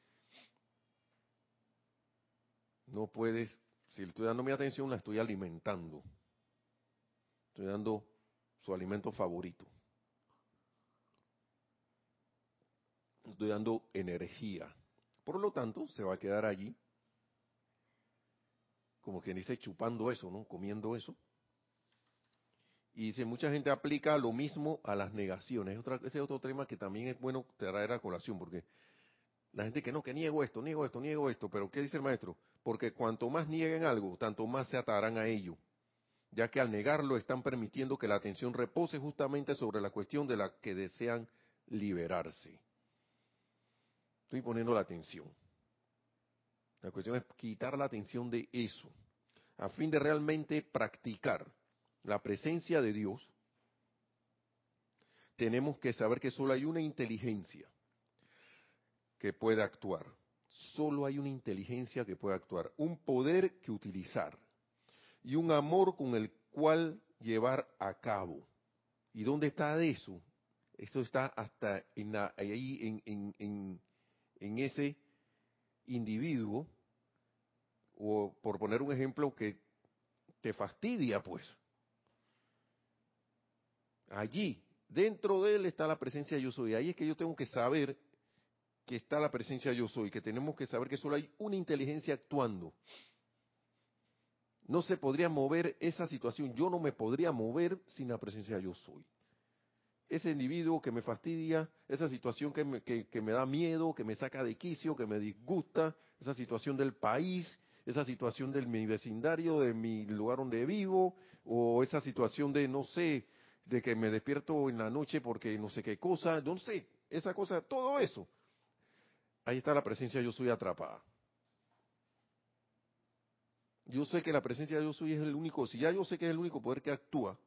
No puedes, si le estoy dando mi atención, la estoy alimentando. Estoy dando su alimento favorito. Estoy dando energía. Por lo tanto, se va a quedar allí, como quien dice, chupando eso, ¿no? Comiendo eso. Y dice, mucha gente aplica lo mismo a las negaciones. Es otra, ese es otro tema que también es bueno traer a colación, porque la gente que no, que niego esto, niego esto, niego esto, pero ¿qué dice el maestro? Porque cuanto más nieguen algo, tanto más se atarán a ello, ya que al negarlo están permitiendo que la atención repose justamente sobre la cuestión de la que desean liberarse. Estoy poniendo la atención. La cuestión es quitar la atención de eso, a fin de realmente practicar la presencia de Dios. Tenemos que saber que solo hay una inteligencia que puede actuar. Solo hay una inteligencia que puede actuar, un poder que utilizar y un amor con el cual llevar a cabo. ¿Y dónde está eso? Esto está hasta en la, ahí en, en, en, en ese individuo, o por poner un ejemplo que te fastidia, pues. Allí, dentro de él está la presencia yo soy. Ahí es que yo tengo que saber que está la presencia yo soy, que tenemos que saber que solo hay una inteligencia actuando. No se podría mover esa situación, yo no me podría mover sin la presencia yo soy. Ese individuo que me fastidia, esa situación que me, que, que me da miedo, que me saca de quicio, que me disgusta, esa situación del país, esa situación de mi vecindario, de mi lugar donde vivo, o esa situación de, no sé, de que me despierto en la noche porque no sé qué cosa, no sé, esa cosa, todo eso. Ahí está la presencia yo soy atrapada. Yo sé que la presencia de yo soy es el único, si ya yo sé que es el único poder que actúa,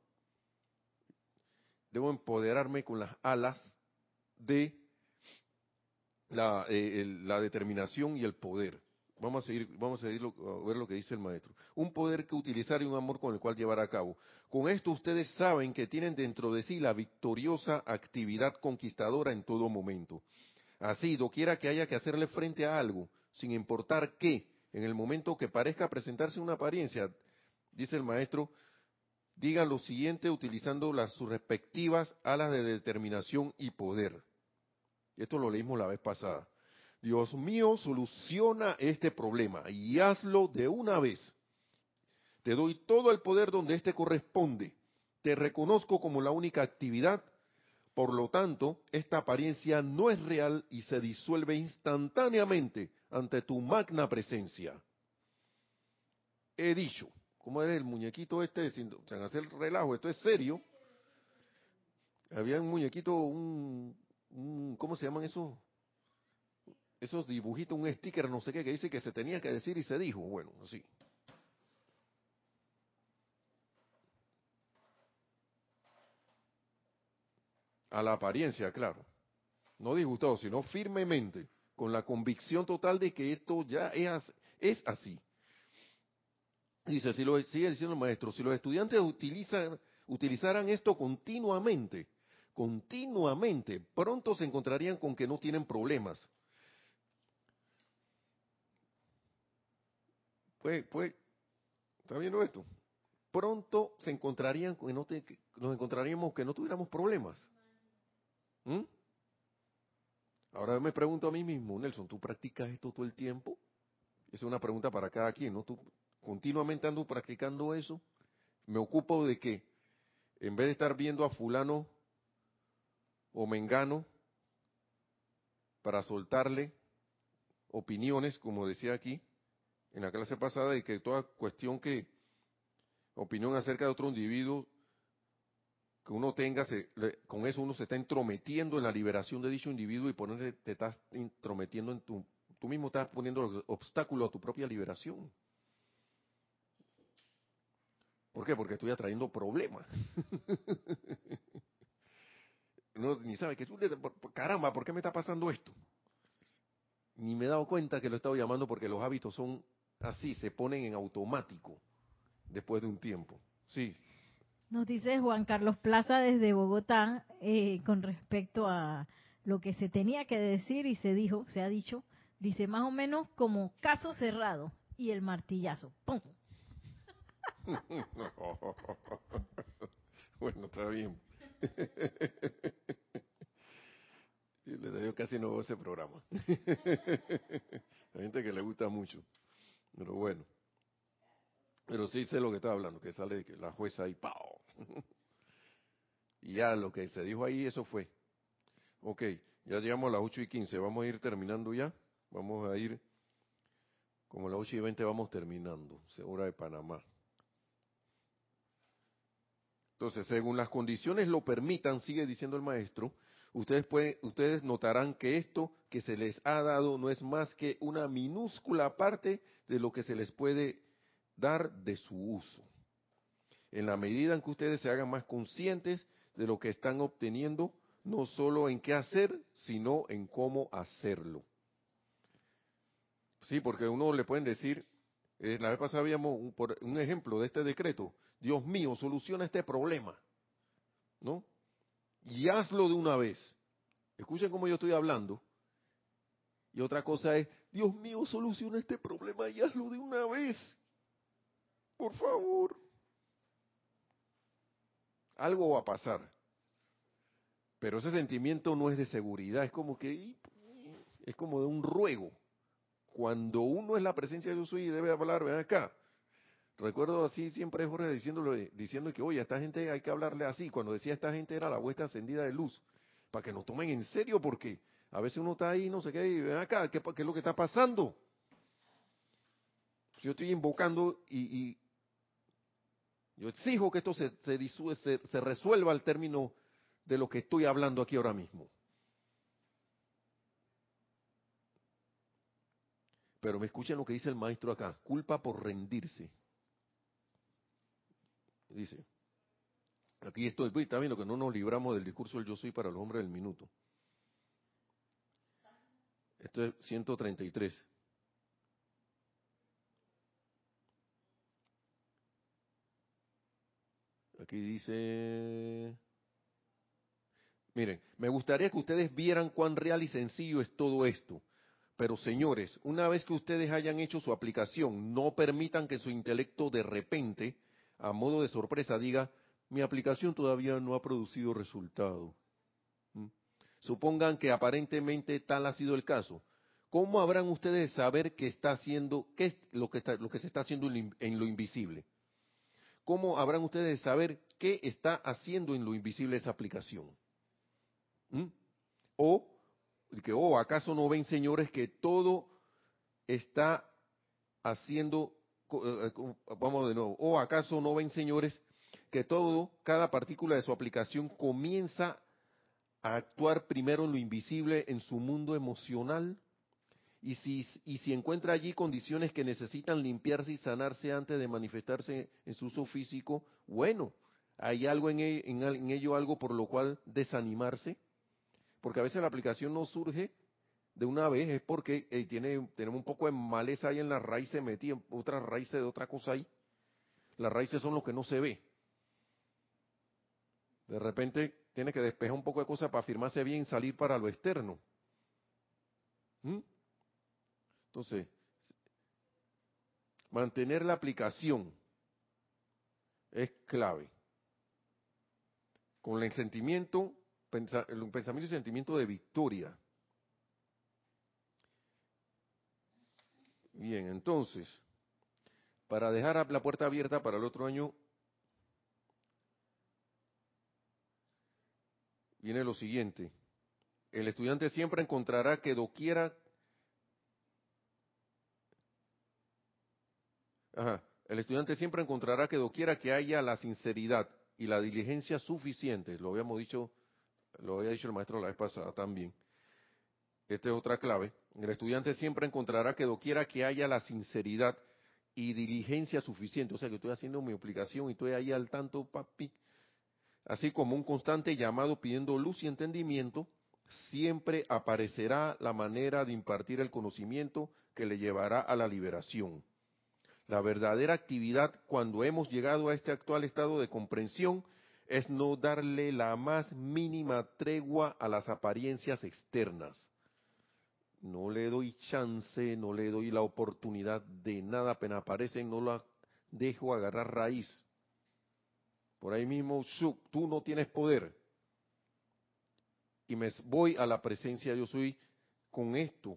debo empoderarme con las alas de la, eh, el, la determinación y el poder. Vamos a seguir, vamos a, seguir lo, a ver lo que dice el maestro. Un poder que utilizar y un amor con el cual llevar a cabo. Con esto ustedes saben que tienen dentro de sí la victoriosa actividad conquistadora en todo momento. Así, doquiera que haya que hacerle frente a algo, sin importar qué, en el momento que parezca presentarse una apariencia, dice el maestro, digan lo siguiente utilizando las sus respectivas alas de determinación y poder. Esto lo leímos la vez pasada. Dios mío, soluciona este problema y hazlo de una vez. Te doy todo el poder donde éste corresponde. Te reconozco como la única actividad. Por lo tanto, esta apariencia no es real y se disuelve instantáneamente ante tu magna presencia. He dicho, ¿cómo es el muñequito este? Sin, sin hacer relajo, esto es serio. Había un muñequito, un, un ¿cómo se llaman esos? Esos dibujitos, un sticker, no sé qué, que dice que se tenía que decir y se dijo. Bueno, así. A la apariencia, claro. No disgustado, sino firmemente, con la convicción total de que esto ya es, es así. Dice, si lo sigue diciendo el maestro, si los estudiantes utilizan, utilizaran esto continuamente, continuamente, pronto se encontrarían con que no tienen problemas. Pues, pues, ¿está viendo esto? Pronto se encontrarían, que no te, nos encontraríamos que no tuviéramos problemas. ¿Mm? Ahora me pregunto a mí mismo, Nelson, ¿tú practicas esto todo el tiempo? Esa es una pregunta para cada quien, ¿no? ¿Tú continuamente ando practicando eso? Me ocupo de que, en vez de estar viendo a fulano o mengano para soltarle opiniones, como decía aquí en la clase pasada, y que toda cuestión que, opinión acerca de otro individuo que uno tenga, se, le, con eso uno se está entrometiendo en la liberación de dicho individuo y ponerle, te estás entrometiendo en tu, tú mismo estás poniendo obstáculo a tu propia liberación. ¿Por qué? Porque estoy atrayendo problemas. No, ni sabe que tú, caramba, ¿por qué me está pasando esto? Ni me he dado cuenta que lo he estado llamando porque los hábitos son así, se ponen en automático después de un tiempo. Sí. Nos dice Juan Carlos Plaza desde Bogotá eh, con respecto a lo que se tenía que decir y se dijo, se ha dicho, dice más o menos como caso cerrado y el martillazo. ¡Pum! Bueno, está bien. Yo casi no veo ese programa. Hay gente que le gusta mucho. Pero bueno. Pero sí sé lo que está hablando, que sale que la jueza ahí, ¡pau! Y ya lo que se dijo ahí, eso fue. Ok, ya llegamos a las ocho y quince, vamos a ir terminando ya. Vamos a ir, como a las ocho y veinte vamos terminando, hora de Panamá. Entonces, según las condiciones lo permitan, sigue diciendo el maestro, Ustedes, pueden, ustedes notarán que esto que se les ha dado no es más que una minúscula parte de lo que se les puede dar de su uso. En la medida en que ustedes se hagan más conscientes de lo que están obteniendo, no solo en qué hacer, sino en cómo hacerlo. Sí, porque a uno le pueden decir, eh, la vez pasada habíamos un, por, un ejemplo de este decreto, Dios mío, soluciona este problema, ¿no? Y hazlo de una vez. Escuchen cómo yo estoy hablando. Y otra cosa es, Dios mío, soluciona este problema y hazlo de una vez. Por favor. Algo va a pasar. Pero ese sentimiento no es de seguridad, es como que, es como de un ruego. Cuando uno es la presencia de Dios y debe hablar, ven acá. Recuerdo así siempre Jorge diciéndolo, diciendo que, oye, a esta gente hay que hablarle así. Cuando decía esta gente era la vuestra encendida de luz. Para que nos tomen en serio, porque a veces uno está ahí, no sé qué, y ven acá, ¿qué, qué es lo que está pasando? Yo estoy invocando y, y yo exijo que esto se, se, disue, se, se resuelva al término de lo que estoy hablando aquí ahora mismo. Pero me escuchen lo que dice el maestro acá, culpa por rendirse. Dice, aquí estoy, pues, está viendo que no nos libramos del discurso del yo soy para los hombres del minuto. Esto es ciento treinta y tres. Aquí dice, miren, me gustaría que ustedes vieran cuán real y sencillo es todo esto. Pero señores, una vez que ustedes hayan hecho su aplicación, no permitan que su intelecto de repente, a modo de sorpresa, diga, mi aplicación todavía no ha producido resultado. ¿Mm? Supongan que aparentemente tal ha sido el caso. ¿Cómo habrán ustedes de saber qué está haciendo, qué es lo que, está, lo que se está haciendo en lo invisible? ¿Cómo habrán ustedes de saber qué está haciendo en lo invisible esa aplicación? ¿Mm? O que, oh, ¿acaso no ven, señores, que todo está haciendo, vamos de nuevo, o acaso no ven, señores, que todo, cada partícula de su aplicación comienza a actuar primero en lo invisible, en su mundo emocional? Y si, y si encuentra allí condiciones que necesitan limpiarse y sanarse antes de manifestarse en su uso físico, bueno, hay algo en, en, en ello, algo por lo cual desanimarse, porque a veces la aplicación no surge de una vez, es porque eh, tiene, tenemos un poco de maleza ahí en las raíces metida, otras raíces de otra cosa ahí. Las raíces son lo que no se ve. De repente tiene que despejar un poco de cosas para afirmarse bien y salir para lo externo. ¿Mm? Entonces, mantener la aplicación es clave. Con el sentimiento, pensa, el pensamiento y sentimiento de victoria. Bien, entonces, para dejar la puerta abierta para el otro año, viene lo siguiente. El estudiante siempre encontrará que doquiera, ajá, el estudiante siempre encontrará que doquiera que haya la sinceridad y la diligencia suficientes, lo habíamos dicho, lo había dicho el maestro la vez pasada también. Esta es otra clave. El estudiante siempre encontrará que doquiera que haya la sinceridad y diligencia suficiente, o sea que estoy haciendo mi aplicación y estoy ahí al tanto, papi, así como un constante llamado pidiendo luz y entendimiento, siempre aparecerá la manera de impartir el conocimiento que le llevará a la liberación. La verdadera actividad cuando hemos llegado a este actual estado de comprensión es no darle la más mínima tregua a las apariencias externas. No le doy chance, no le doy la oportunidad de nada, apenas aparecen, no la dejo agarrar raíz. Por ahí mismo, tú no tienes poder. Y me voy a la presencia de yo soy con esto.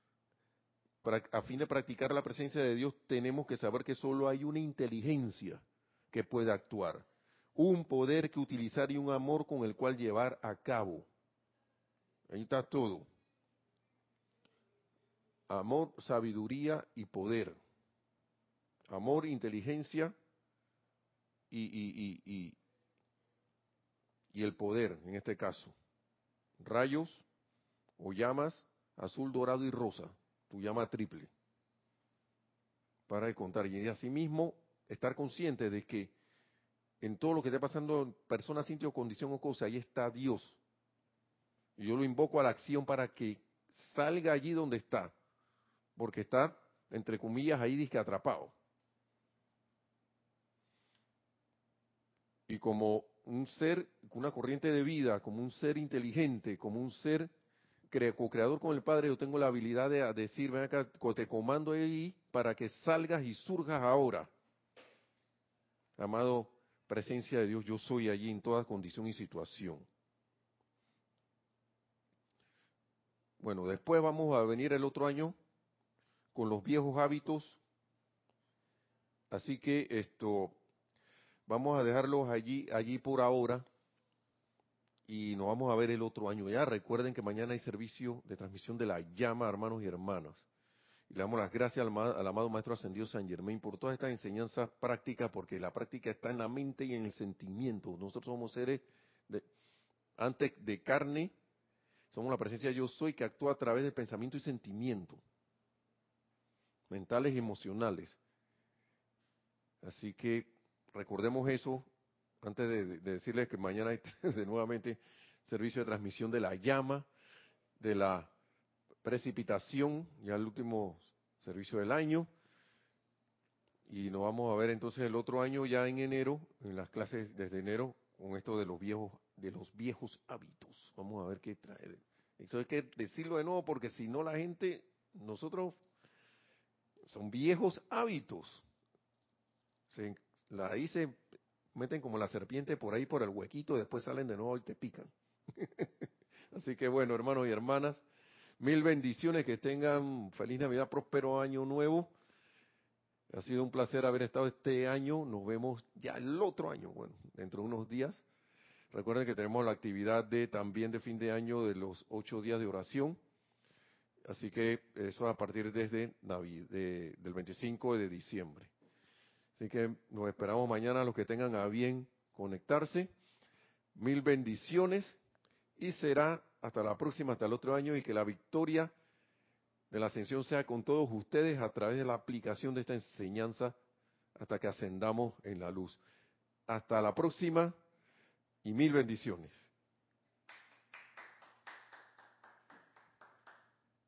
A fin de practicar la presencia de Dios, tenemos que saber que solo hay una inteligencia que puede actuar, un poder que utilizar y un amor con el cual llevar a cabo. Ahí está todo. Amor, sabiduría y poder. Amor, inteligencia y, y, y, y, y el poder, en este caso. rayos o llamas azul, dorado y rosa, tu llama triple, para de contar. Y asimismo, estar consciente de que en todo lo que esté pasando en persona, sitio, condición o cosa, ahí está Dios. Y yo lo invoco a la acción para que salga allí donde está, porque está, entre comillas, ahí disque atrapado. Y como un ser, una corriente de vida, como un ser inteligente, como un ser co-creador con el Padre, yo tengo la habilidad de decir, ven acá, te comando ahí para que salgas y surjas ahora. Amado, presencia de Dios, yo soy allí en toda condición y situación. Bueno, después vamos a venir el otro año con los viejos hábitos. Así que esto, vamos a dejarlos allí, allí por ahora. Y nos vamos a ver el otro año ya. Recuerden que mañana hay servicio de transmisión de la llama, hermanos y hermanas. Y le damos las gracias al, al amado Maestro Ascendido San Germain por todas estas enseñanzas prácticas, porque la práctica está en la mente y en el sentimiento. Nosotros somos seres de, antes de carne, somos la presencia de yo soy que actúa a través del pensamiento y sentimiento, mentales y emocionales. Así que recordemos eso antes de, de, de decirles que mañana hay de nuevamente servicio de transmisión de la llama, de la precipitación, ya el último servicio del año. Y nos vamos a ver entonces el otro año ya en enero, en las clases desde enero, con esto de los viejos, de los viejos hábitos. Vamos a ver qué trae. Eso hay que decirlo de nuevo porque si no la gente, nosotros, son viejos hábitos. Se, la, ahí se meten como la serpiente por ahí por el huequito y después salen de nuevo y te pican. Así que bueno, hermanos y hermanas, mil bendiciones, que tengan feliz Navidad, próspero año nuevo. Ha sido un placer haber estado este año. Nos vemos ya el otro año, bueno, dentro de unos días. Recuerden que tenemos la actividad de también de fin de año de los ocho días de oración. Así que eso a partir desde Navidad, de, del veinticinco de diciembre. Así que nos esperamos mañana los que tengan a bien conectarse. Mil bendiciones y será hasta la próxima, hasta el otro año, y que la victoria de la ascensión sea con todos ustedes a través de la aplicación de esta enseñanza hasta que ascendamos en la luz. Hasta la próxima y mil bendiciones.